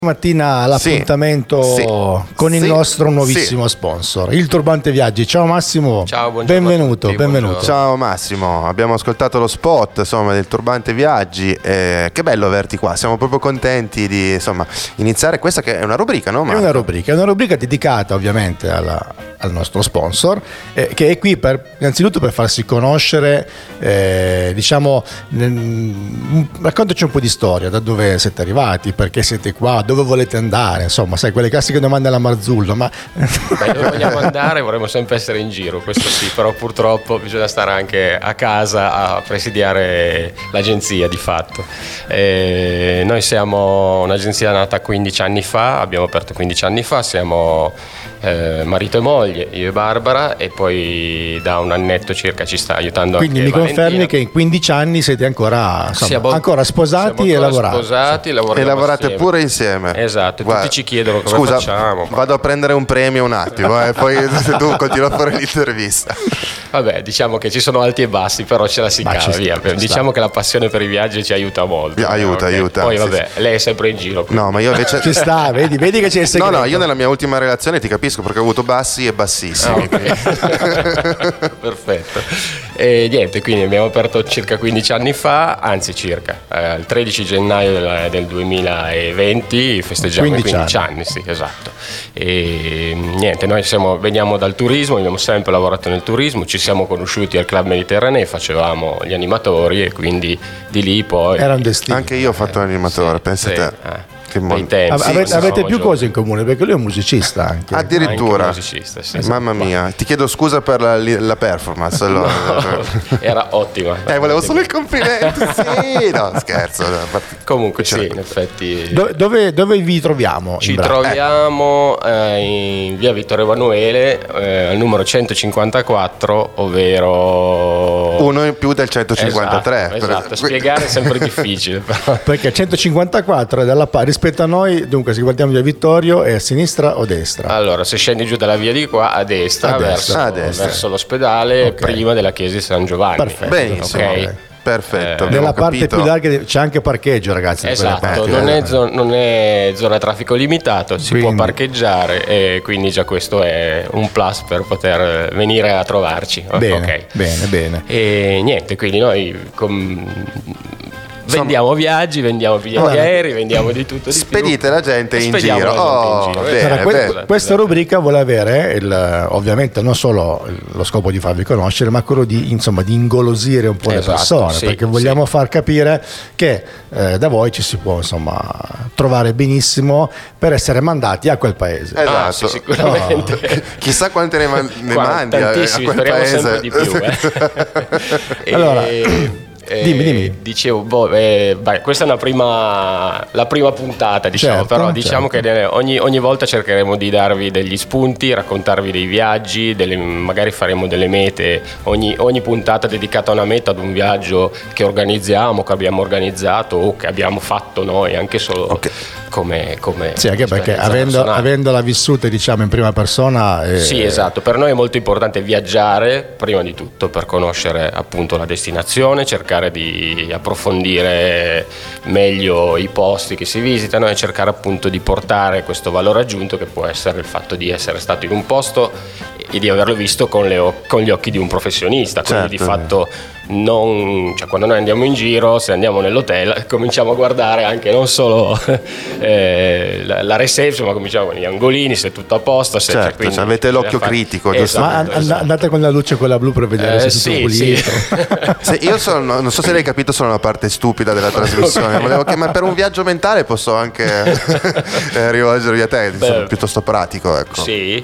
Mattina l'appuntamento con il nostro nuovissimo sponsor, il Turbante Viaggi. Ciao Massimo. Ciao, benvenuto. Ciao Massimo, abbiamo ascoltato lo spot del Turbante Viaggi, che bello averti qua, siamo proprio contenti di iniziare questa che è una rubrica, no? Marco? È una rubrica dedicata ovviamente al nostro sponsor, che è qui innanzitutto per farsi conoscere, raccontaci un po' di storia, da dove siete arrivati, perché siete qua, dove volete andare, insomma, sai, quelle classiche domande alla Marzullo, ma dove vogliamo andare? Vorremmo sempre essere in giro, questo sì, però purtroppo bisogna stare anche a casa a presidiare l'agenzia di fatto. Noi siamo un'agenzia nata 15 anni fa, abbiamo aperto 15 anni fa, siamo marito e moglie, io e Barbara, e poi da un annetto circa ci sta aiutando. Quindi anche mi Valentina. Confermi che in 15 anni siete ancora sposati e lavorate. E lavorate insieme. Pure insieme. Esatto, Guarda, tutti ci chiedono cosa scusa, facciamo. Vado a prendere un premio un attimo, poi tu continua a fare l'intervista. Vabbè, diciamo che ci sono alti e bassi, però ce la si cava, via. Diciamo che la passione per i viaggi ci aiuta molto. Aiuta. Poi vabbè, lei è sempre in giro. Quindi. No, ma io invece ci sta, vedi che c'è il segreto. No, io nella mia ultima relazione ti capisco, perché ho avuto bassi e bassissimi. Perfetto. E niente, quindi abbiamo aperto circa 15 anni fa, anzi circa il 13 gennaio del 2020 festeggiamo i 15 anni, sì, esatto. E niente, noi veniamo dal turismo, abbiamo sempre lavorato nel turismo, ci siamo conosciuti al Club Mediterraneo, facevamo gli animatori e quindi di lì poi era un destino. Anche io ho fatto l'animatore, pensa te. Avete più cose in comune, perché lui è un musicista anche. Addirittura. Anche musicista, sì. Mamma mia, ti chiedo scusa per la performance. Allora. No, era ottima. Volevo solo il complimento. Sì, no, scherzo. Comunque sì, in effetti. Dove vi troviamo? Ci troviamo in via Vittorio Emanuele, al numero 154, ovvero uno in più del 153. Esatto. Spiegare è sempre difficile, però. Perché 154 è dalla parte rispetto a noi, dunque se guardiamo via Vittorio è a sinistra o a destra? Allora, se scendi giù dalla via di qua, a destra, verso l'ospedale, prima della chiesa di San Giovanni. Perfetto. Benissimo. Okay. Perfetto. Nella parte più larga c'è anche parcheggio, ragazzi. Esatto, non è zona traffico limitato, si può parcheggiare, e quindi già questo è un plus per poter venire a trovarci. Bene. E niente, quindi noi vendiamo viaggi, vendiamo biglietti aerei, vendiamo di tutto. Spedite la gente in giro. Bene. Questa rubrica vuole avere ovviamente non solo lo scopo di farvi conoscere, ma quello di ingolosire un po' le persone, perché vogliamo far capire che da voi ci si può trovare benissimo per essere mandati a quel paese. Esatto. Sì, sicuramente. Chissà quante ne mandi a quel paese. Sempre di più. Allora, dimmi. Dicevo, questa è la prima puntata, diciamo, però diciamo che ogni volta cercheremo di darvi degli spunti, raccontarvi dei viaggi, magari faremo delle mete, ogni puntata dedicata a una meta, ad un viaggio che organizziamo, che abbiamo organizzato o che abbiamo fatto noi, anche solo come sì, anche perché avendola vissuta in prima persona sì, esatto, per noi è molto importante viaggiare prima di tutto per conoscere appunto la destinazione, cercare di approfondire meglio i posti che si visitano e cercare appunto di portare questo valore aggiunto che può essere il fatto di essere stato in un posto e di averlo visto con gli occhi di un professionista, quindi di fatto quando noi andiamo in giro, se andiamo nell'hotel, cominciamo a guardare anche non solo la reception, ma cominciamo con gli angolini, se è tutto a posto, quindi avete l'occhio critico. Ma andate con la luce quella blu per vedere se è tutto pulito. Io non so se l'hai capito, sono la parte stupida della trasmissione. Ma per un viaggio mentale posso anche rivolgermi a te, sono piuttosto pratico, ecco. Sì.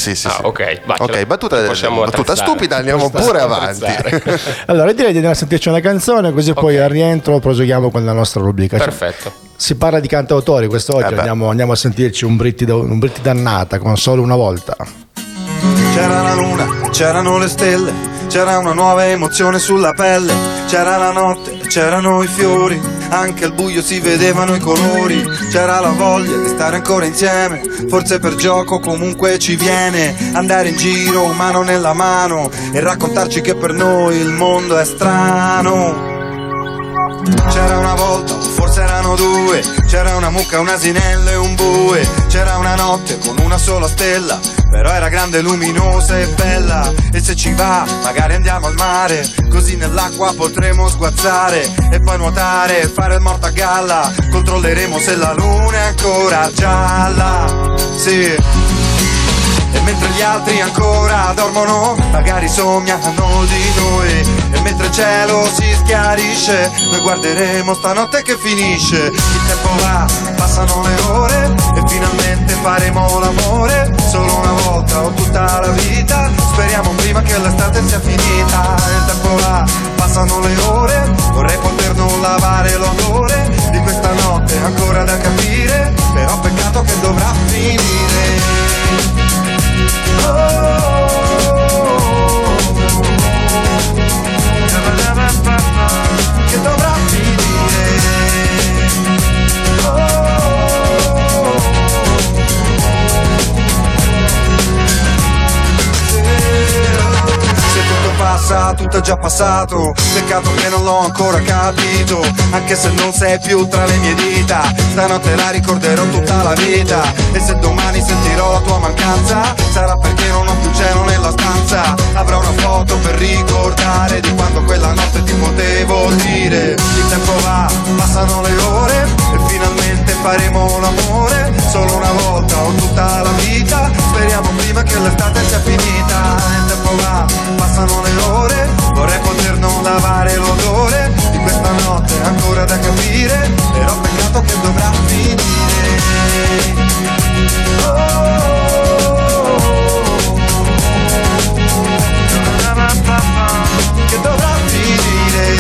Ok, battuta stupida, andiamo pure avanti. Allora direi di andare a sentirci una canzone, così poi al rientro proseguiamo con la nostra rubrica. Perfetto. Si parla di cantautori quest'oggi, andiamo a sentirci un Britti dannata con Solo una volta. C'era la luna, c'erano le stelle, c'era una nuova emozione sulla pelle, c'era la notte, c'erano i fiori, anche al buio si vedevano i colori, c'era la voglia di stare ancora insieme, forse per gioco comunque ci viene, andare in giro mano nella mano e raccontarci che per noi il mondo è strano. C'era una volta, forse erano c'erano due, c'era una mucca, un asinello e un bue. C'era una notte con una sola stella, però era grande, luminosa e bella. E se ci va, magari andiamo al mare, così nell'acqua potremo sguazzare e poi nuotare e fare il morto a galla. Controlleremo se la luna è ancora gialla, sì. E mentre gli altri ancora dormono, magari sognano di noi. E mentre il cielo si schiarisce, noi guarderemo stanotte che finisce. Il tempo va, passano le ore e finalmente faremo l'amore. Solo una volta o tutta la vita, speriamo prima che l'estate sia finita. Il tempo va, passano le ore, vorrei poter non lavare l'odore di questa notte ancora da capire, però peccato che dovrà finire. Che dovrà finire. Se tutto passa, tutto è già passato. Peccato che non l'ho ancora capito, anche se non sei più tra le mie dita. Stanotte la ricorderò tutta la vita. E se domani sentirò la tua mancanza, sarà perché non ho più cielo nella stanza. Avrò una foto per ricordare di quando quella notte ti potevo dire. Il tempo va, passano le ore e finalmente faremo l'amore. Solo una volta o tutta la vita, speriamo prima che l'estate sia finita. Il tempo va, passano le ore, vorrei poter non lavare l'odore di questa notte ancora da capire, però peccato che dovrà finire. Che dovrà finire.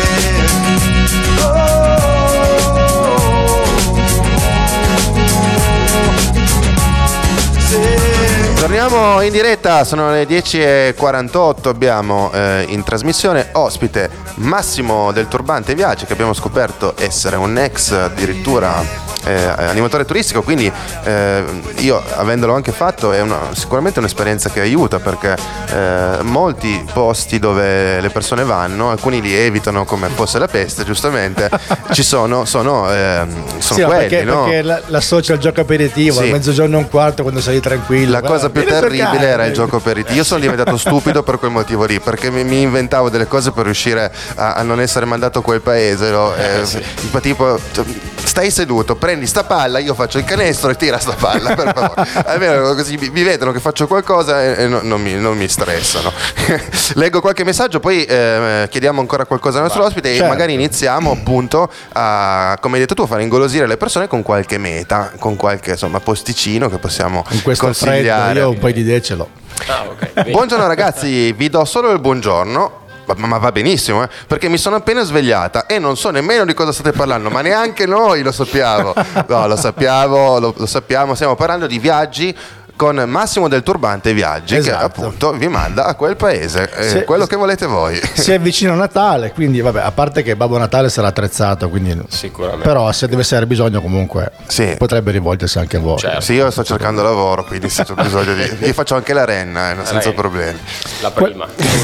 Torniamo in diretta, sono le 10:48, abbiamo in trasmissione ospite Massimo del Turbante Viaggi, che abbiamo scoperto essere un ex addirittura animatore turistico, quindi io avendolo anche fatto è sicuramente un'esperienza che aiuta, perché molti posti dove le persone vanno, alcuni li evitano come fosse la peste, giustamente, sono sì, quelli, perché, no? perché l'associa al gioco aperitivo, sì. A mezzogiorno e un quarto quando sei tranquillo. La cosa più terribile era il gioco aperitivo. Io sono diventato stupido per quel motivo lì, perché mi inventavo delle cose per riuscire a non essere mandato a quel paese, no? Sì. Tipo, stai seduto, prendi sta palla, io faccio il canestro e tira sta palla, per favore. Almeno così mi vedono che faccio qualcosa e non mi stressano. Leggo qualche messaggio, poi chiediamo ancora qualcosa al nostro ospite, certo. E magari iniziamo appunto a, come hai detto tu, a fare ingolosire le persone con qualche meta, con qualche posticino che possiamo in questo consigliare. freddo io un paio di idee ce l'ho. Okay. Buongiorno ragazzi, vi do solo il buongiorno. Ma va benissimo, perché mi sono appena svegliata e non so nemmeno di cosa state parlando, ma neanche noi lo sappiamo. No, lo sappiamo, stiamo parlando di viaggi con Massimo del Turbante Viaggi, esatto. Che appunto vi manda a quel paese, quello che volete voi. Si avvicina Natale, quindi vabbè, a parte che Babbo Natale sarà attrezzato, quindi sicuramente. Però se dovesse avere bisogno comunque sì. Potrebbe rivolgersi anche a voi. Certo. Sì, io sto cercando lavoro, quindi se ho bisogno io faccio anche la renna, senza problemi. La prima.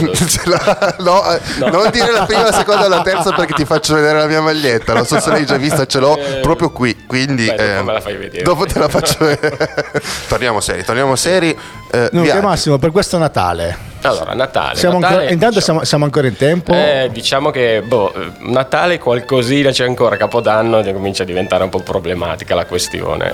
No, non dire la prima, la seconda o la terza, perché ti faccio vedere la mia maglietta. Non so se l'hai già vista, ce l'ho proprio qui, quindi dopo me la fai vedere. Dopo te la faccio vedere. Torniamo seri. Dunque Massimo, per questo Natale, allora, Natale. Intanto siamo ancora in tempo. Diciamo che Natale qualcosina c'è ancora, Capodanno comincia a diventare un po' problematica la questione.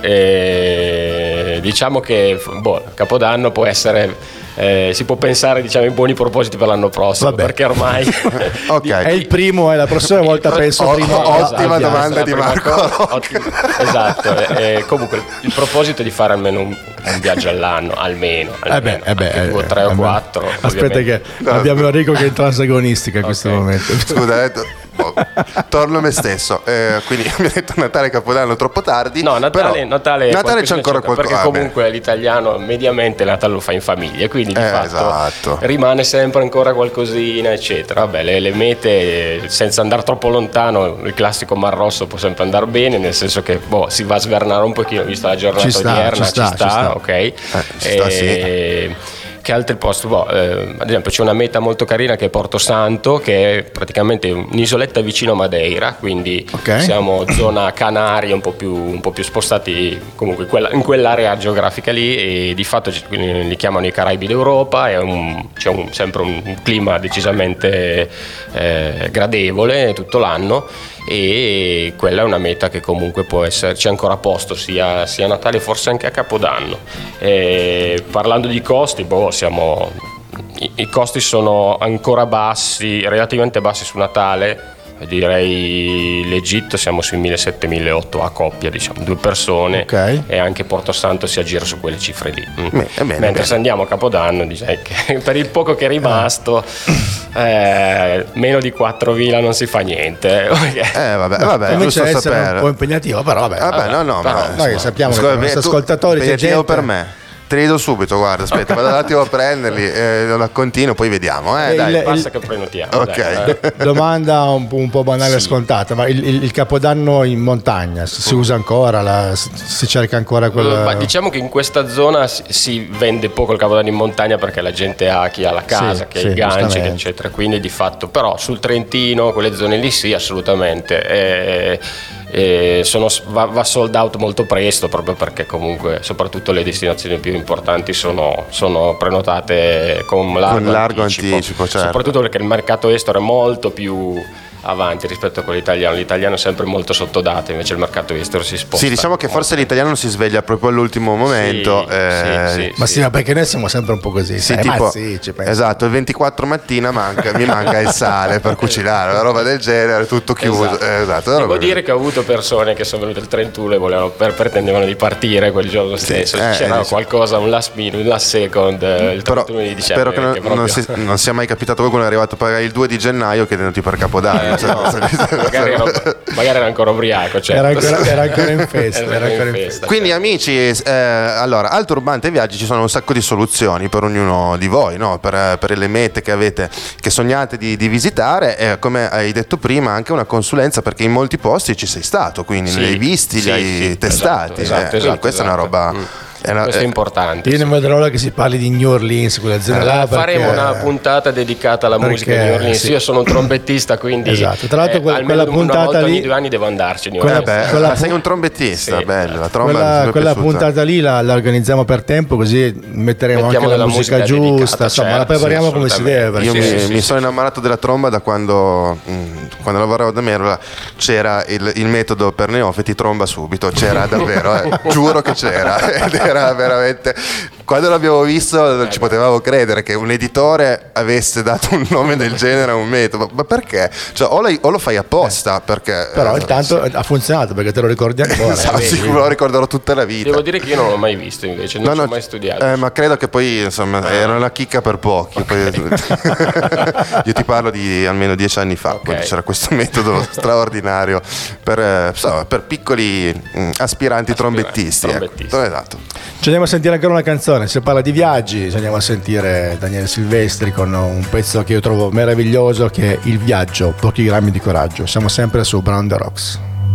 E diciamo che Capodanno può essere. Si può pensare in buoni propositi per l'anno prossimo. Vabbè. Perché ormai okay. È il primo, la prossima volta penso ottima domanda di Marco. Esatto. Comunque il proposito è di fare almeno un viaggio all'anno, almeno 3 o 4. Aspetta che abbiamo Enrico che è in transagonistica in questo momento. Scusa, torno a me stesso, quindi mi ha detto Natale, Capodanno troppo tardi. No, Natale c'è ancora qualcosa, perché comunque l'italiano mediamente Natale lo fa in famiglia, quindi di fatto esatto. Rimane sempre ancora qualcosina, eccetera. Vabbè, le mete senza andare troppo lontano, il classico Mar Rosso può sempre andare bene, nel senso che si va a svernare un pochino, vista la giornata odierna, ci sta. Ok. Sì. Che anche altri posti, ad esempio c'è una meta molto carina che è Porto Santo, che è praticamente un'isoletta vicino a Madeira, quindi siamo zona Canarie, un po' più spostati comunque in quell'area geografica lì, e di fatto li chiamano i Caraibi d'Europa. C'è sempre un clima decisamente gradevole tutto l'anno, e quella è una meta che comunque può esserci ancora a posto sia a Natale, forse anche a Capodanno. Parlando di costi, i costi sono ancora bassi, relativamente bassi su Natale. Direi l'Egitto siamo sui 1.700-1.800 a coppia, diciamo 2 persone, e anche Porto Santo si aggira su quelle cifre lì. Mentre se andiamo a Capodanno, direi che per il poco che è rimasto meno di 4.000 non si fa niente. Vabbè, giusto essere sapere. un po' impegnativo, però noi sappiamo che i nostri ascoltatori c'è gente. Per me te li do subito, guarda, aspetta, vado un attimo a prenderli, non continuo, poi vediamo. Basta che prenotiamo. Domanda un po' banale e scontata, ma il Capodanno in montagna si usa ancora? Si cerca ancora quella? Diciamo che in questa zona si vende poco il Capodanno in montagna, perché la gente ha chi ha la casa, chi ha i ganci, eccetera. Quindi di fatto, però sul Trentino, quelle zone lì sì, assolutamente. Va sold out molto presto, proprio perché comunque soprattutto le destinazioni più importanti sono prenotate con largo anticipo, certo. Soprattutto perché il mercato estero è molto più avanti rispetto a quello italiano. L'italiano è sempre molto sottodato, invece il mercato estero si sposta. Sì, diciamo che forse l'italiano si sveglia proprio all'ultimo momento. Ma perché noi siamo sempre un po' così. Esatto, il 24 mattina mi manca il sale per cucinare, una roba del genere, tutto chiuso. Esatto. Devo dire che ho avuto persone che sono venute il 31 e pretendevano di partire quel giorno stesso. C'era qualcosa, un last minute, un last second, il 31 di dicembre. Spero che non sia mai capitato qualcuno è arrivato pagare il 2 di gennaio chiedendoti per Capodanno. Magari era ancora ubriaco, cioè. era ancora in festa. Quindi amici, allora al Turbante Viaggi ci sono un sacco di soluzioni per ognuno di voi, no? per le mete che avete, che sognate di visitare, e come hai detto prima anche una consulenza, perché in molti posti ci sei stato, quindi li hai visti, li hai testati, esatto, questa è una roba questo è importante. Io non vedo l'ora che si parli di New Orleans, quella zona là, faremo una puntata dedicata alla musica di New Orleans. Io sono un trombettista, quindi tra l'altro quella puntata lì ogni 2 anni devo andarci. Sei un trombettista, bello. La tromba quella puntata lì la organizziamo per tempo, così metteremo anche la musica giusta, insomma la prepariamo come si deve. Io mi sono innamorato della tromba da quando lavoravo da Merola. C'era il metodo per neofiti, tromba subito, c'era davvero, giuro che c'era. Era veramente, quando l'abbiamo visto non ci potevamo credere che un editore avesse dato un nome del genere a un metodo, ma perché? Cioè, o lo fai apposta, perché però intanto ha funzionato, perché te lo ricordi ancora. Sicuro lo ricorderò tutta la vita. Devo dire che io non l'ho mai visto, invece non ci ho mai studiato, ma credo che poi insomma era una chicca per pochi. Io ti parlo di almeno 10 anni fa, quando c'era questo metodo straordinario per piccoli aspiranti trombettisti. Esatto. Ci andiamo a sentire ancora una canzone. Se parla di viaggi, ci andiamo a sentire Daniele Silvestri con un pezzo che io trovo meraviglioso, che è Il viaggio, pochi grammi di coraggio. Siamo sempre su Brown the Rocks.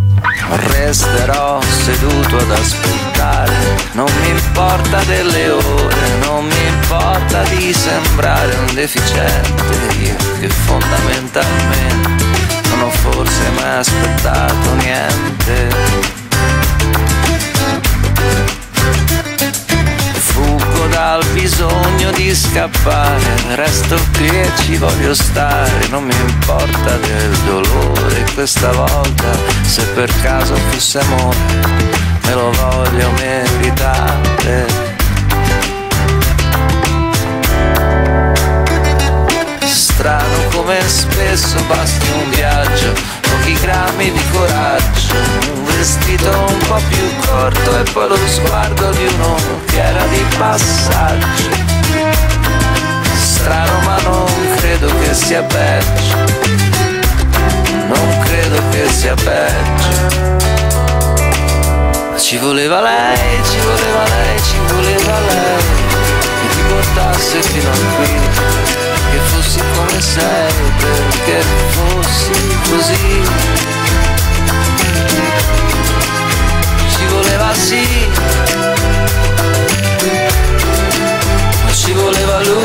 Resterò seduto ad aspettare, non mi importa delle ore, non mi importa di sembrare un deficiente, io che fondamentalmente non ho forse mai aspettato niente. Fuggo dal bisogno di scappare, resto qui e ci voglio stare, non mi importa del dolore questa volta, se per caso fosse amore me lo voglio meritare. Strano come spesso basti un viaggio, pochi grammi di coraggio, un vestito un po' più corto e poi lo sguardo di uno che era di passaggio. Strano ma non credo che sia peggio, non credo che sia peggio. Ci voleva lei, ci voleva lei, ci voleva lei, che ti portasse fino a qui, che fossi come sei, perché fossi così. Ci voleva sì, ma ci voleva lui.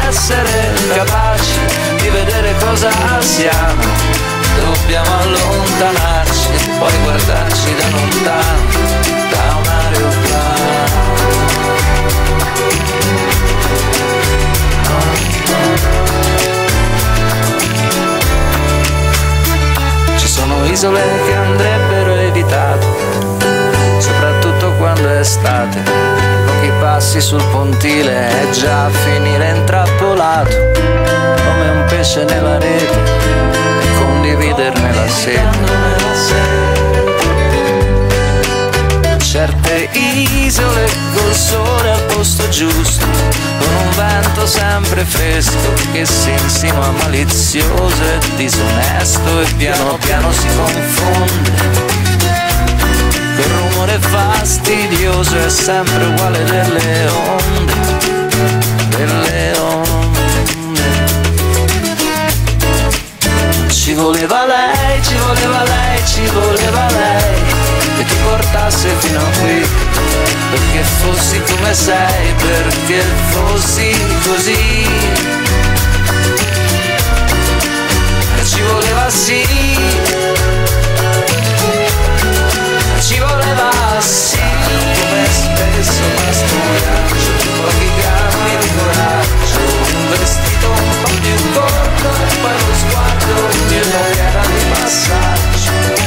essere capaci di vedere cosa siamo. Dobbiamo allontanarci e poi guardarci da lontano, da un aeroplano. Ci sono isole che andrebbero evitate, soprattutto quando è estate. Pochi passi sul pontile è già a finire intrappolato, come un pesce nella rete e condividerne la sete. Certe isole col sole al posto giusto, con un vento sempre fresco che si insinua malizioso e disonesto e piano piano si confonde. Quel rumore fastidioso è sempre uguale delle onde, delle onde. Ci voleva lei, ci voleva lei, ci voleva lei, che ti portasse fino a qui, perché fossi come sei, perché fossi così. E ci voleva sì, ci voleva sì, come spesso basta un viaggio, pochi grammi di coraggio, un vestito un po' più corto e poi lo sguardo di un'era di passaggio.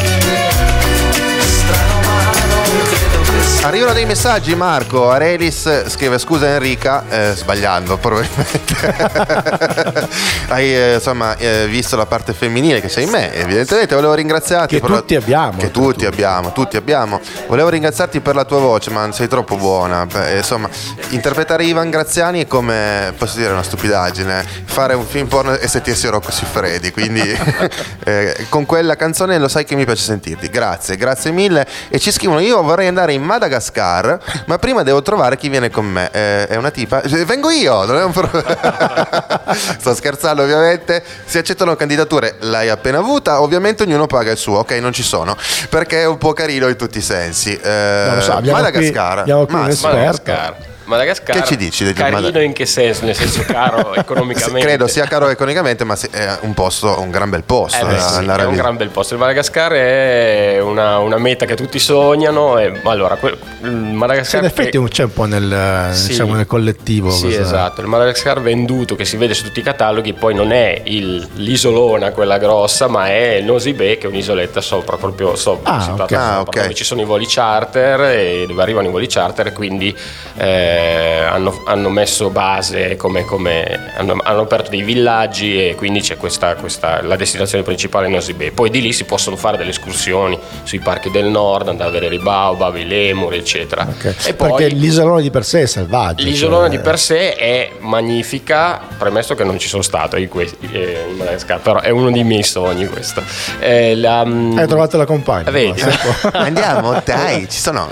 Arrivano dei messaggi, Marco. Arelis scrive: scusa Enrica, sbagliando probabilmente. Hai visto la parte femminile che c'è in me, evidentemente. Volevo ringraziarti che tutti abbiamo. Che tutti abbiamo. Volevo ringraziarti per la tua voce, ma sei troppo buona. Insomma, interpretare Ivan Graziani è come, posso dire, una stupidaggine. Fare un film porno e sentirsi Rocco Siffredi. Quindi con quella canzone lo sai che mi piace sentirti. Grazie mille. E ci scrivono: io vorrei andare in Madagascar, ma prima devo trovare chi viene con me. È una tipa? Vengo io, non è un problema. Sto scherzando, ovviamente. Si accettano candidature, l'hai appena avuta, ovviamente ognuno paga il suo. Ok, non ci sono, perché è un po' carino in tutti i sensi. Non lo so, Madagascar. Abbiamo qui un esperto. Madagascar. Che ci dici? Carino in che senso? Nel senso caro economicamente? Credo sia caro economicamente, ma è un gran bel posto. Sì, è un gran bel posto. Il Madagascar è una meta che tutti sognano. Allora, Madagascar in effetti c'è un po' nel collettivo. Sì, cosa. esatto. Il Madagascar venduto che si vede su tutti i cataloghi poi non è l'isolona quella grossa, ma è il Nosy Be, che è un'isoletta proprio sopra, dove ci sono i voli charter e dove arrivano i voli charter, e quindi hanno messo base hanno aperto dei villaggi, e quindi c'è questa la destinazione principale Nosy Be. Poi di lì si possono fare delle escursioni sui parchi del nord, andare a vedere i baobab, i lemuri, eccetera. E poi, perché l'isolona di per sé è selvaggio. L'isolona di per sé è magnifica, premesso che non ci sono stato in Madagascar, però è uno dei miei sogni questo. Hai trovato la compagna? Vedi? Andiamo, dai, ci sono.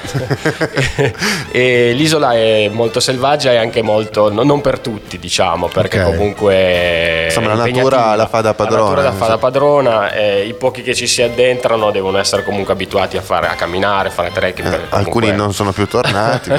E l'isola è molto selvaggia e anche molto non per tutti, diciamo, perché comunque insomma la natura la fa da padrona. I pochi che ci si addentrano devono essere comunque abituati a camminare, fare trekking. Alcuni non sono più tornati.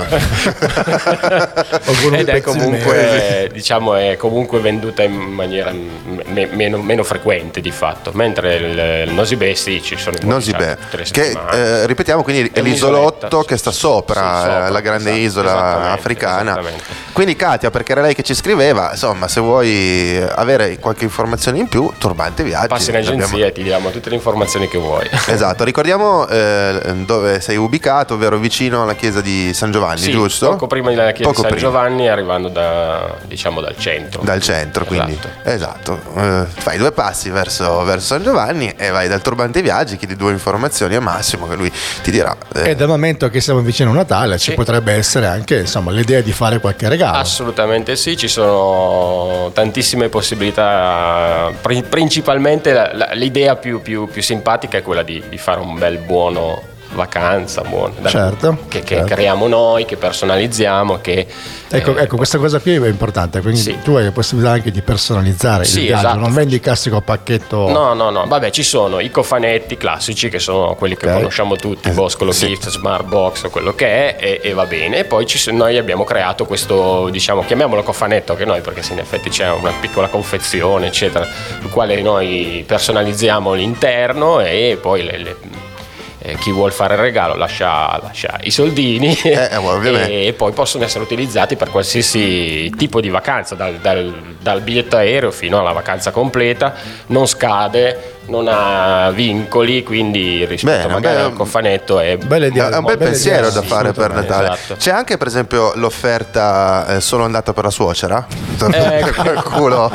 Ed è comunque è comunque venduta in maniera meno frequente di fatto, mentre il Nosy Be sì, ci sono Nosy Be, che ripetiamo, quindi è l'isolotto che sta sopra la grande isola africana. Quindi Katia, perché era lei che ci scriveva, insomma, se vuoi avere qualche informazione in più, Turbante Viaggi, passi in agenzia e ti diamo tutte le informazioni che vuoi. Esatto. Ricordiamo dove sei ubicato, ovvero vicino alla chiesa di San Giovanni, giusto? Poco prima della chiesa di San Giovanni, arrivando dal centro. Dal centro, quindi esatto. Fai due passi verso San Giovanni e vai dal Turbante Viaggi, chiedi due informazioni a Massimo che lui ti dirà. E dal momento che siamo vicino a Natale ci potrebbe essere anche, insomma, l'idea di fare qualche regalo. Assolutamente sì, ci sono tantissime possibilità. Principalmente l'idea più simpatica è quella di fare un bel buono vacanza buona, che certo. creiamo noi, che personalizziamo, che ecco, questa cosa qui è importante, quindi tu hai la possibilità anche di personalizzare il viaggio, esatto. Non vendi il classico pacchetto. No, vabbè, ci sono i cofanetti classici che sono quelli che conosciamo tutti, Boscolo Gift, Smart Box, quello che è, e va bene. E poi noi abbiamo creato questo, diciamo, chiamiamolo cofanetto anche noi, perché in effetti c'è una piccola confezione eccetera, il quale noi personalizziamo l'interno, e poi chi vuol fare il regalo lascia i soldini e poi possono essere utilizzati per qualsiasi tipo di vacanza, dal biglietto aereo fino alla vacanza completa. Non scade, non ha vincoli, quindi rispetto magari al cofanetto è un bel pensiero da fare per Natale. Esatto. C'è anche per esempio l'offerta solo andata per la suocera? Qualcuno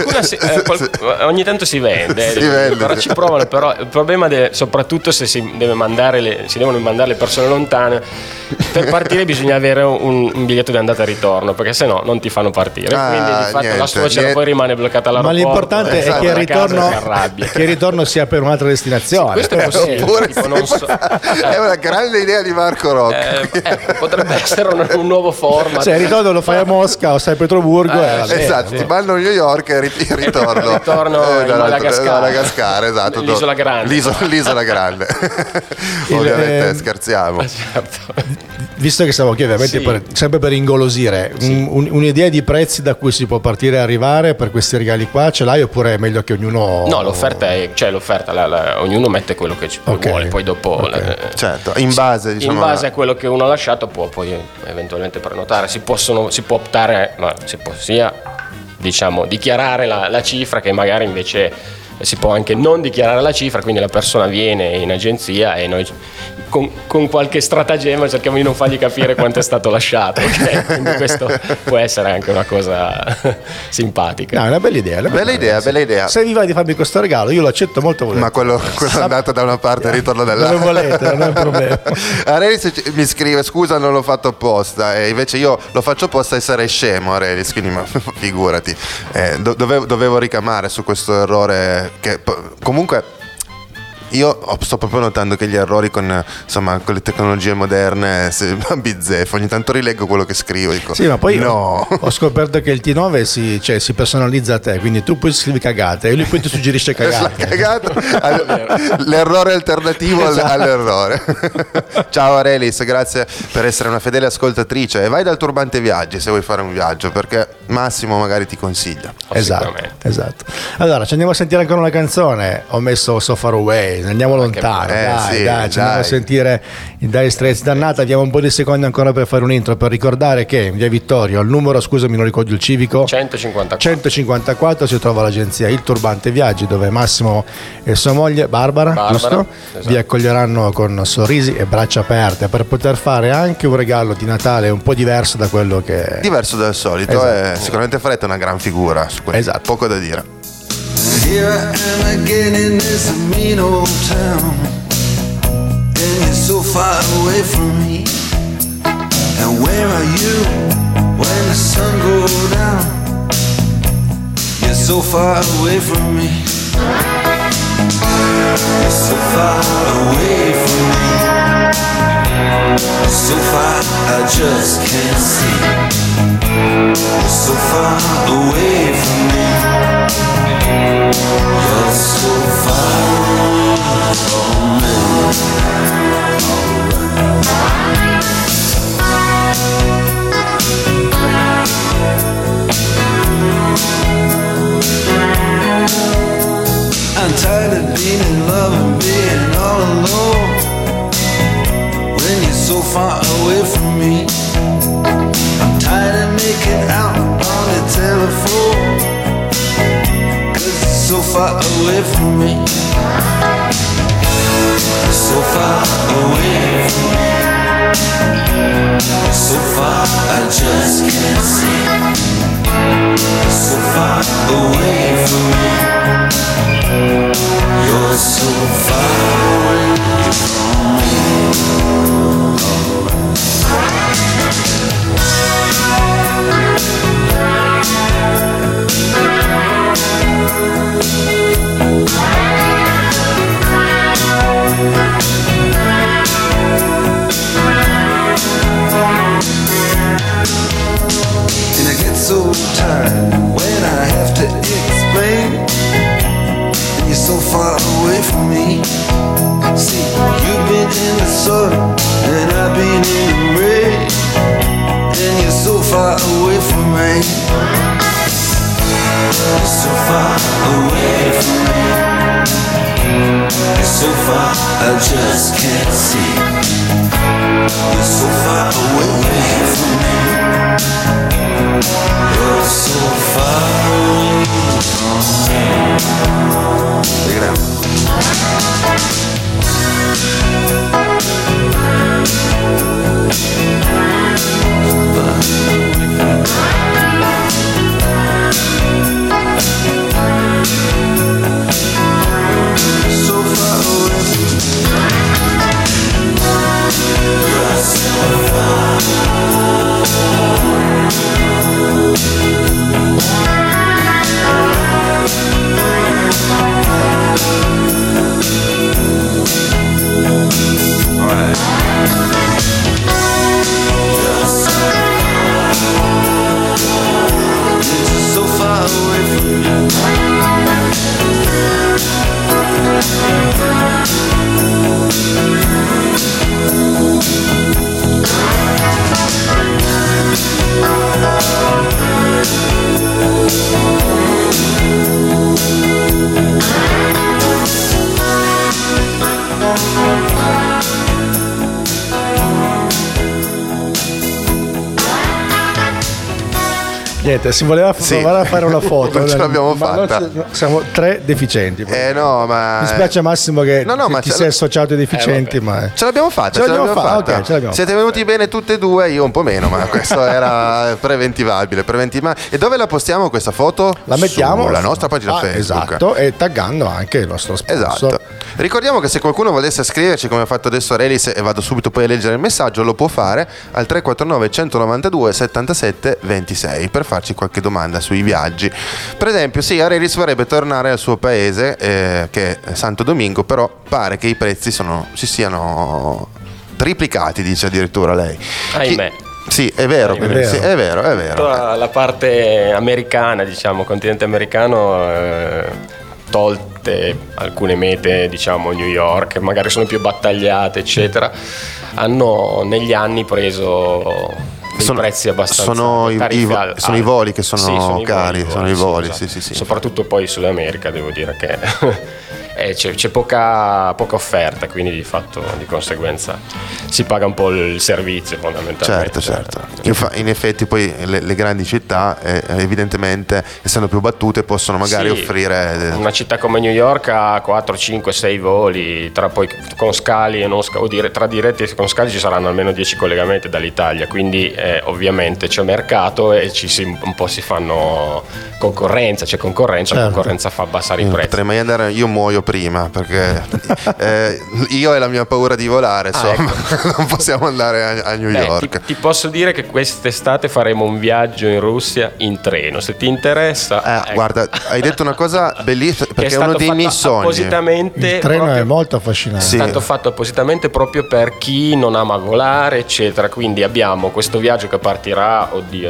ogni tanto si vende, però ci provano. Però il problema soprattutto se si devono mandare le persone lontane, per partire bisogna avere un biglietto di andata e ritorno, perché sennò non ti fanno partire, quindi di fatto la suocera poi rimane bloccata all'aeroporto. Ma l'importante è che il ritorno sia per un'altra destinazione. Questo è possibile. È una grande idea di Marco Rocchi. Potrebbe essere un nuovo format. Il ritorno lo fai a Mosca o San Pietroburgo. Esatto, ti mando a New York e il ritorno in Madagascar, esatto, l'isola grande. L'isola grande. Ovviamente scherziamo. Certo. Visto che siamo qui ovviamente sempre per ingolosire, un'idea di prezzi da cui si può partire e arrivare per questi regali qua ce l'hai, oppure è meglio che ognuno... No, l'offerta ognuno mette quello che vuole, poi dopo certo, in base a quello che uno ha lasciato può poi eventualmente prenotare. Si può optare, sia diciamo dichiarare la cifra, che magari invece si può anche non dichiarare la cifra, quindi la persona viene in agenzia e noi con qualche stratagemma cerchiamo di non fargli capire quanto è stato lasciato, okay? Quindi questo può essere anche una cosa simpatica. No, è una bella idea. Bella idea. Se vi va di farmi questo regalo io lo accetto molto volentieri. Ma quello è andato da una parte e ritorno dall'altra. Non volete, non è un problema. Arelis mi scrive: scusa, non l'ho fatto apposta, e invece io lo faccio apposta e sarei scemo, Arelis, quindi ma figurati. Dovevo ricamare su questo errore che comunque io sto proprio notando che gli errori con le tecnologie moderne bizzeffo. Ogni tanto rileggo quello che scrivo, dico, sì, ma poi ho scoperto che il T9 si personalizza a te, quindi tu poi scrivi cagate e lui poi ti suggerisce cagate. L'errore alternativo all'errore. Ciao Arelis, grazie per essere una fedele ascoltatrice, e vai dal Turbante Viaggi se vuoi fare un viaggio, perché Massimo magari ti consiglia. Esatto. Allora ci andiamo a sentire ancora una canzone. Ho messo So Far Away, andiamo lontano, dai, ci andiamo a sentire i Dire Straits. Dannata, abbiamo un po' di secondi ancora per fare un intro, per ricordare che in via Vittorio al numero, scusami non ricordo il civico, 154 si trova l'agenzia Il Turbante Viaggi, dove Massimo e sua moglie Barbara, giusto? Esatto. Vi accoglieranno con sorrisi e braccia aperte per poter fare anche un regalo di Natale un po' diverso da quello che diverso dal solito. Esatto. Sicuramente farete una gran figura su questo. Esatto. Poco da dire. Here I am again in this mean old town, and you're so far away from me. And where are you when the sun goes down? You're so far away from me. You're so far away from me. You're so far I just can't see. You're so far away from me. You're so far from me. I'm tired of being in love and being all alone when you're so far away from me. I'm tired of making out on the telephone, so far away from me. So far away from me. So far I just can't see. So far away from me. You're so far away from me. so far away from me. See, you've been in the sun and I've been in the rain, and you're so far away from me. You're so far away from me. You're so far, I just can't see. You're so far away from me. You're so far away from me. Look at him. So far away from me. You're so Niente, si voleva provare a fare una foto. Non ce l'abbiamo fatta. Siamo tre deficienti. No, ma mi spiace Massimo che ti sei associato ai deficienti, ma ce l'abbiamo fatta. Okay, Siete venuti bene tutte e due, io un po' meno, ma questo era preventivabile. E dove la postiamo questa foto? La mettiamo sulla nostra pagina Facebook. Esatto, e taggando anche il nostro sponsor. Esatto. Ricordiamo che se qualcuno volesse scriverci, come ha fatto adesso Relis, e vado subito poi a leggere il messaggio, lo può fare al 349 192 77 26 per farci qualche domanda sui viaggi. Per esempio, sì, Relis vorrebbe tornare al suo paese, che è Santo Domingo, però pare che i prezzi si siano triplicati, dice addirittura lei. Ahimè. Sì, è vero. Sì, è vero. La parte americana, diciamo, continente americano, tolte alcune mete, diciamo New York, magari sono più battagliate, eccetera, hanno negli anni preso dei prezzi abbastanza sono i voli che sono cari, sono i voli, esatto. Sì. Soprattutto poi in Sud America, devo dire che c'è poca offerta, quindi di fatto di conseguenza si paga un po' il servizio fondamentalmente. Certo. In effetti poi le grandi città evidentemente, essendo più battute, possono magari offrire una città come New York ha 4, 5, 6 voli, tra poi con scali e non scali, tra diretti e con scali ci saranno almeno 10 collegamenti dall'Italia, quindi ovviamente c'è mercato e un po' si fanno concorrenza, la concorrenza fa abbassare i prezzi. Potrei mai andare, io muoio prima perché io e la mia paura di volare, insomma, ecco. Non possiamo andare a New York. Ti posso dire che quest'estate faremo un viaggio in Russia in treno, se ti interessa. Ecco. Guarda, hai detto una cosa bellissima, perché è uno dei miei sogni. Il treno è molto affascinante. È stato fatto appositamente proprio per chi non ama volare, eccetera. Quindi abbiamo questo viaggio che partirà,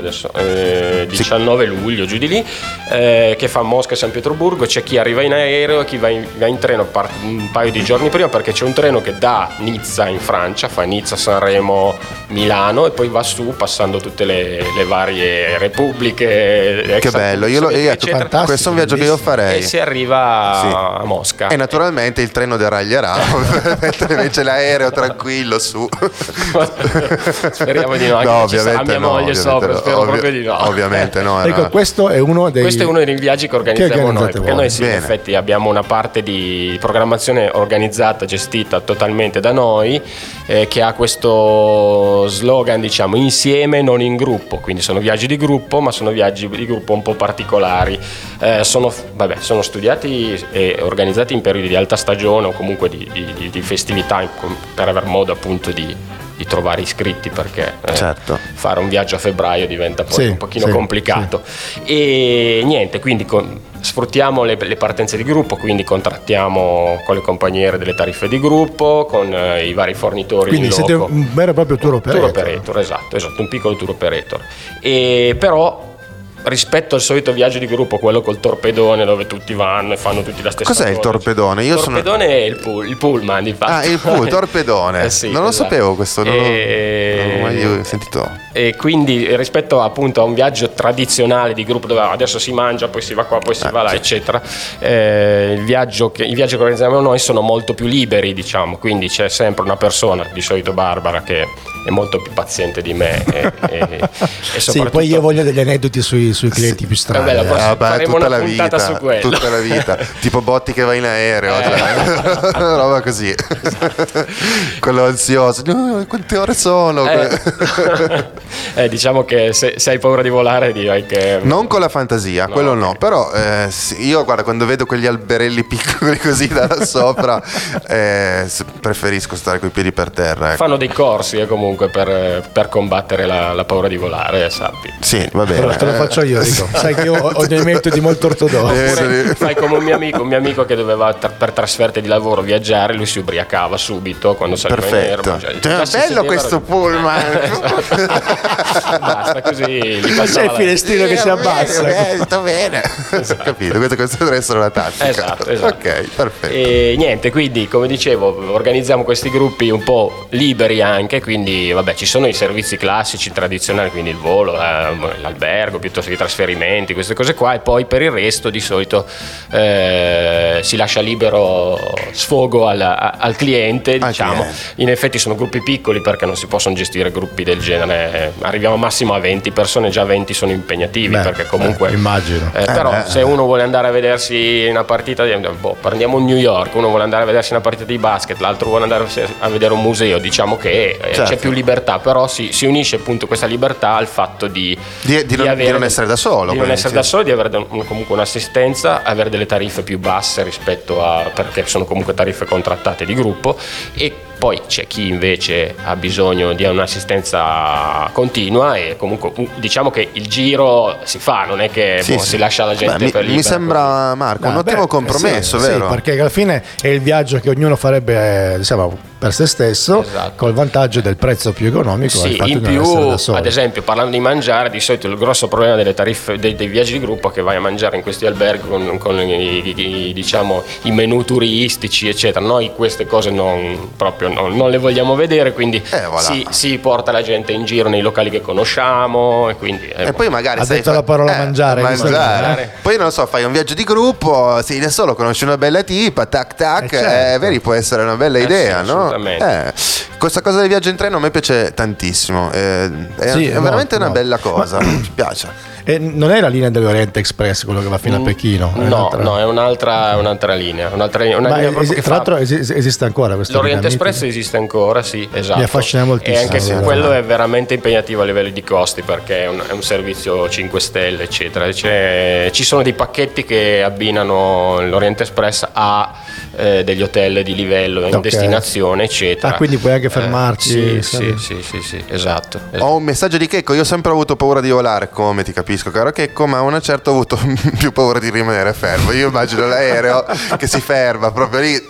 19 luglio, giù di lì, che fa Mosca e San Pietroburgo. C'è chi arriva in aereo e chi va in treno un paio di giorni prima, perché c'è un treno che da Nizza in Francia fa Nizza, Sanremo, Milano e poi va su passando tutte le varie repubbliche. Che bello, questo è un viaggio che io farei. E si arriva a Mosca. E naturalmente il treno deraglierà, mentre invece l'aereo tranquillo su. Speriamo di no, ovviamente mia moglie sopra, spero proprio di no. Ovviamente no. Ecco, questo è uno dei viaggi che organizziamo noi, perché noi in effetti abbiamo una parte di programmazione organizzata, gestita totalmente da noi, che ha questo slogan, diciamo, insieme non in gruppo, quindi sono viaggi di gruppo, ma sono viaggi di gruppo un po' particolari, sono studiati e organizzati in periodi di alta stagione o comunque di festività, per aver modo appunto di trovare iscritti, perché fare un viaggio a febbraio diventa poi un pochino complicato. E niente, quindi sfruttiamo le partenze di gruppo, quindi contrattiamo con le compagnie delle tariffe di gruppo, con i vari fornitori. Quindi siete un vero e proprio tour operator. Esatto, un piccolo tour operator. E però rispetto al solito viaggio di gruppo, quello col torpedone dove tutti vanno e fanno tutti la stessa cosa. Cos'è il torpedone? Il torpedone è il pullman di fatto. Il torpedone. Sì, non lo sapevo questo, non l'ho mai sentito. E quindi rispetto appunto a un viaggio tradizionale di gruppo dove adesso si mangia, poi si va qua, poi si va là, eccetera, i viaggi che organizziamo noi sono molto più liberi, diciamo, quindi c'è sempre una persona, di solito Barbara, che è molto più paziente di me e sì, poi io voglio degli aneddoti sui clienti più strani. Faremo una puntata su quello. Tutta la vita, tipo Botti che va in aereo, una roba così. Quello ansioso, quante ore sono? Diciamo che se hai paura di volare, direi che non con la fantasia, quello no, però io guarda, quando vedo quegli alberelli piccoli così da sopra, preferisco stare coi piedi per terra, ecco. Fanno dei corsi comunque per combattere la paura di volare, sappi. Sì, va bene. Te lo faccio io, dico. Sai che io ho dei metodi molto ortodossi. Fai come un mio amico che doveva per trasferte di lavoro viaggiare, lui si ubriacava subito quando saliva in aereo. Bello questo pullman. Basta, così gli c'è il finestrino che si abbassa. Sto bene. Esatto. Capito, questa deve essere una tattica. Esatto. Ok, perfetto. E niente, quindi come dicevo, organizziamo questi gruppi un po' liberi anche, quindi vabbè, ci sono i servizi classici tradizionali, quindi il volo, l'albergo, piuttosto che i trasferimenti, queste cose qua, e poi per il resto di solito si lascia libero sfogo al cliente, diciamo. In effetti sono gruppi piccoli perché non si possono gestire gruppi del genere, arriviamo massimo a 20 persone, già 20 sono impegnativi, perché comunque immagino. Però se uno vuole andare a vedersi una partita prendiamo New York, uno vuole andare a vedersi una partita di basket, l'altro vuole andare a vedere un museo, diciamo che c'è più libertà, però si unisce appunto questa libertà al fatto di non essere da solo, di non essere da solo, di avere comunque un'assistenza, avere delle tariffe più basse rispetto perché sono comunque tariffe contrattate di gruppo, e poi c'è chi invece ha bisogno di un'assistenza continua, e comunque diciamo che il giro si fa, non è che si lascia la gente per libera. Mi sembra, Marco, un ottimo compromesso, vero? Sì, perché alla fine è il viaggio che ognuno farebbe, diciamo, per se stesso, esatto, col vantaggio del prezzo più economico. Sì, in più, ad esempio, parlando di mangiare, di solito il grosso problema delle tariffe dei viaggi di gruppo è che vai a mangiare in questi alberghi con diciamo, i menù turistici, eccetera. Noi queste cose non le vogliamo vedere, quindi si porta la gente in giro nei locali che conosciamo, e quindi e poi magari ha detto la parola mangiare. Poi non so, fai un viaggio di gruppo, sei da solo, conosci una bella tipa, tac tac, certo, vedi, può essere una bella idea, sì, no? Questa cosa del viaggio in treno a me piace tantissimo, è veramente una bella cosa, mi piace. E non è la linea dell'Oriente Express quello che va fino a Pechino? No, è un'altra linea. Tra l'altro esiste ancora questo? L'Oriente Express esiste ancora, sì, esatto. Mi affascina moltissimo. E anche se quello è veramente impegnativo a livello di costi, perché è un servizio 5 stelle, eccetera. Ci sono dei pacchetti che abbinano l'Oriente Express a degli hotel di livello in destinazione, eccetera. Quindi puoi anche fermarci. Sì, esatto. Ho un messaggio di Checco: io ho sempre avuto paura di volare, come ti capisco, caro Checco, ma a una certa ho avuto più paura di rimanere fermo. Io immagino l'aereo che si ferma proprio lì.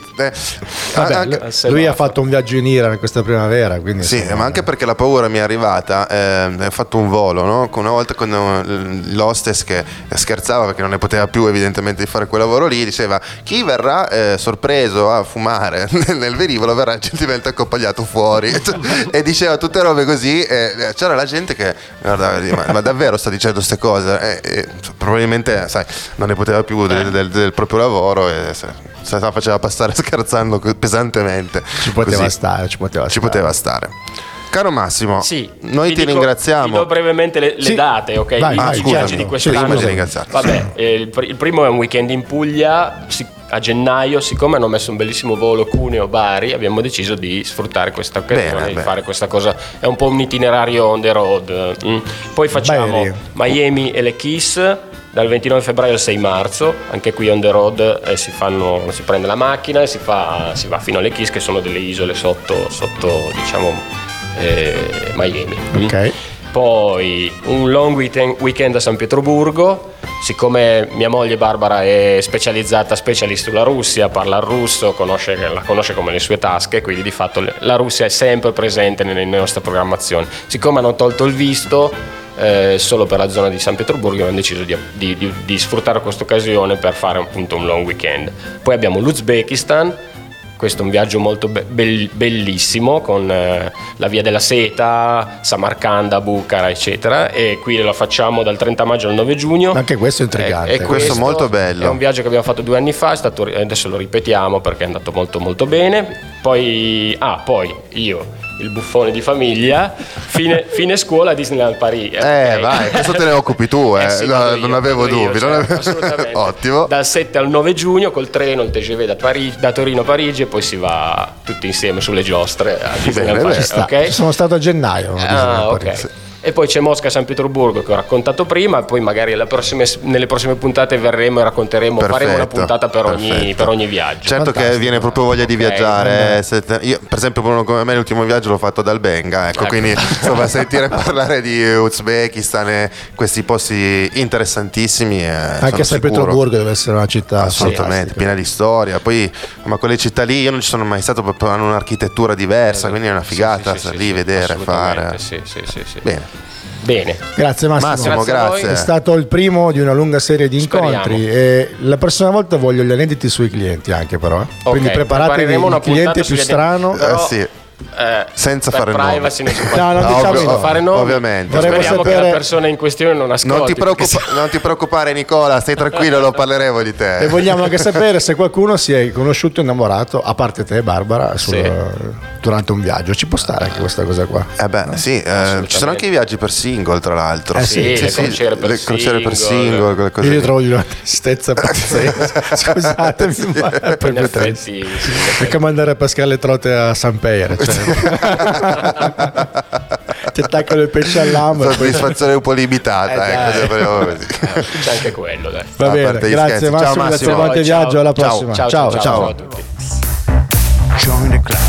Lui ha fatto un viaggio in Iran questa primavera, quindi sì, ma anche perché la paura mi è arrivata. Ho fatto un volo, no? Una volta con l'hostess che scherzava perché non ne poteva più evidentemente di fare quel lavoro lì, diceva: chi verrà sorpreso a fumare nel velivolo verrà gentilmente accompagnato fuori. E diceva tutte robe così, e c'era la gente che guarda, ma davvero sta dicendo queste cose, probabilmente sai, non ne poteva più del proprio lavoro, e se la faceva passare scherzando pesantemente. Ci poteva stare. Caro Massimo, noi ti ringraziamo. Ti do brevemente le date, ok? I viaggi di quest'anno. Vabbè, il primo è un weekend in Puglia a gennaio. Siccome hanno messo un bellissimo volo Cuneo-Bari, abbiamo deciso di sfruttare questa occasione, di fare questa cosa. È un po' un itinerario on the road. Poi facciamo Miami e le Keys dal 29 febbraio al 6 marzo, anche qui on the road, si prende la macchina e si va fino alle Keys, che sono delle isole sotto diciamo Miami. Okay. Poi un long weekend a San Pietroburgo. Siccome mia moglie Barbara è specialist sulla Russia, parla il russo, la conosce come le sue tasche, quindi di fatto la Russia è sempre presente nelle nostre programmazioni. Siccome hanno tolto il visto, solo per la zona di San Pietroburgo, abbiamo deciso di sfruttare questa occasione per fare appunto un long weekend. Poi abbiamo l'Uzbekistan. Questo è un viaggio molto bellissimo, con la via della seta, Samarcanda, Bukhara, eccetera, e qui lo facciamo dal 30 maggio al 9 giugno. Anche questo è intrigante. E questo è molto bello. È un viaggio che abbiamo fatto 2 anni fa, adesso lo ripetiamo perché è andato molto molto bene. Poi io, il buffone di famiglia, fine scuola a Disneyland Parigi. Vai, questo te ne occupi tu, sì, non avevo dubbi. Assolutamente. Ottimo. Dal 7 al 9 giugno col treno, il TGV da Torino a Parigi, e poi si va tutti insieme sulle giostre a Disneyland Parigi. Okay? Sono stato a gennaio. Ok. E poi c'è Mosca San Pietroburgo, che ho raccontato prima, e poi magari nelle prossime puntate verremo e racconteremo, faremo una puntata per ogni viaggio. Certo. Fantastico. Che viene proprio voglia di viaggiare. Io, per esempio, come me l'ultimo viaggio l'ho fatto ad Albenga, ecco. Quindi insomma, sentire parlare di Uzbekistan e questi posti interessantissimi, anche San Pietroburgo deve essere una città assolutamente piena di storia. Poi, ma quelle città lì io non ci sono mai stato, proprio hanno un'architettura diversa, quindi è una figata stare lì, vedere, fare. Sì. Bene. Grazie Massimo. Grazie. È stato il primo di una lunga serie di incontri e la prossima volta voglio gli aneddoti sui clienti anche, però. Okay. Quindi preparatevi il cliente più strano. Sì. Senza fare privacy nome. Non diciamo fare nome. Ovviamente. Speriamo che la persona in questione non ascolti. Non ti preoccupare Nicola, stai tranquillo, lo parleremo di te. E vogliamo anche sapere se qualcuno si è conosciuto e innamorato, a parte te Barbara, durante un viaggio. Ci può stare anche questa cosa qua? Sì, ci sono anche i viaggi per single, tra l'altro. Le crociere per single, quelle cose. Io trovo di una tristezza pazzesca. Scusatemi, ma è proprio triste. È come andare a pescare le trote a San Pere. Ti attaccano il pesce all'ambra, soddisfazione un po' limitata, c'è anche quello, dai. Va bene, grazie Massimo, grazie per il viaggio, alla prossima. Ciao a tutti.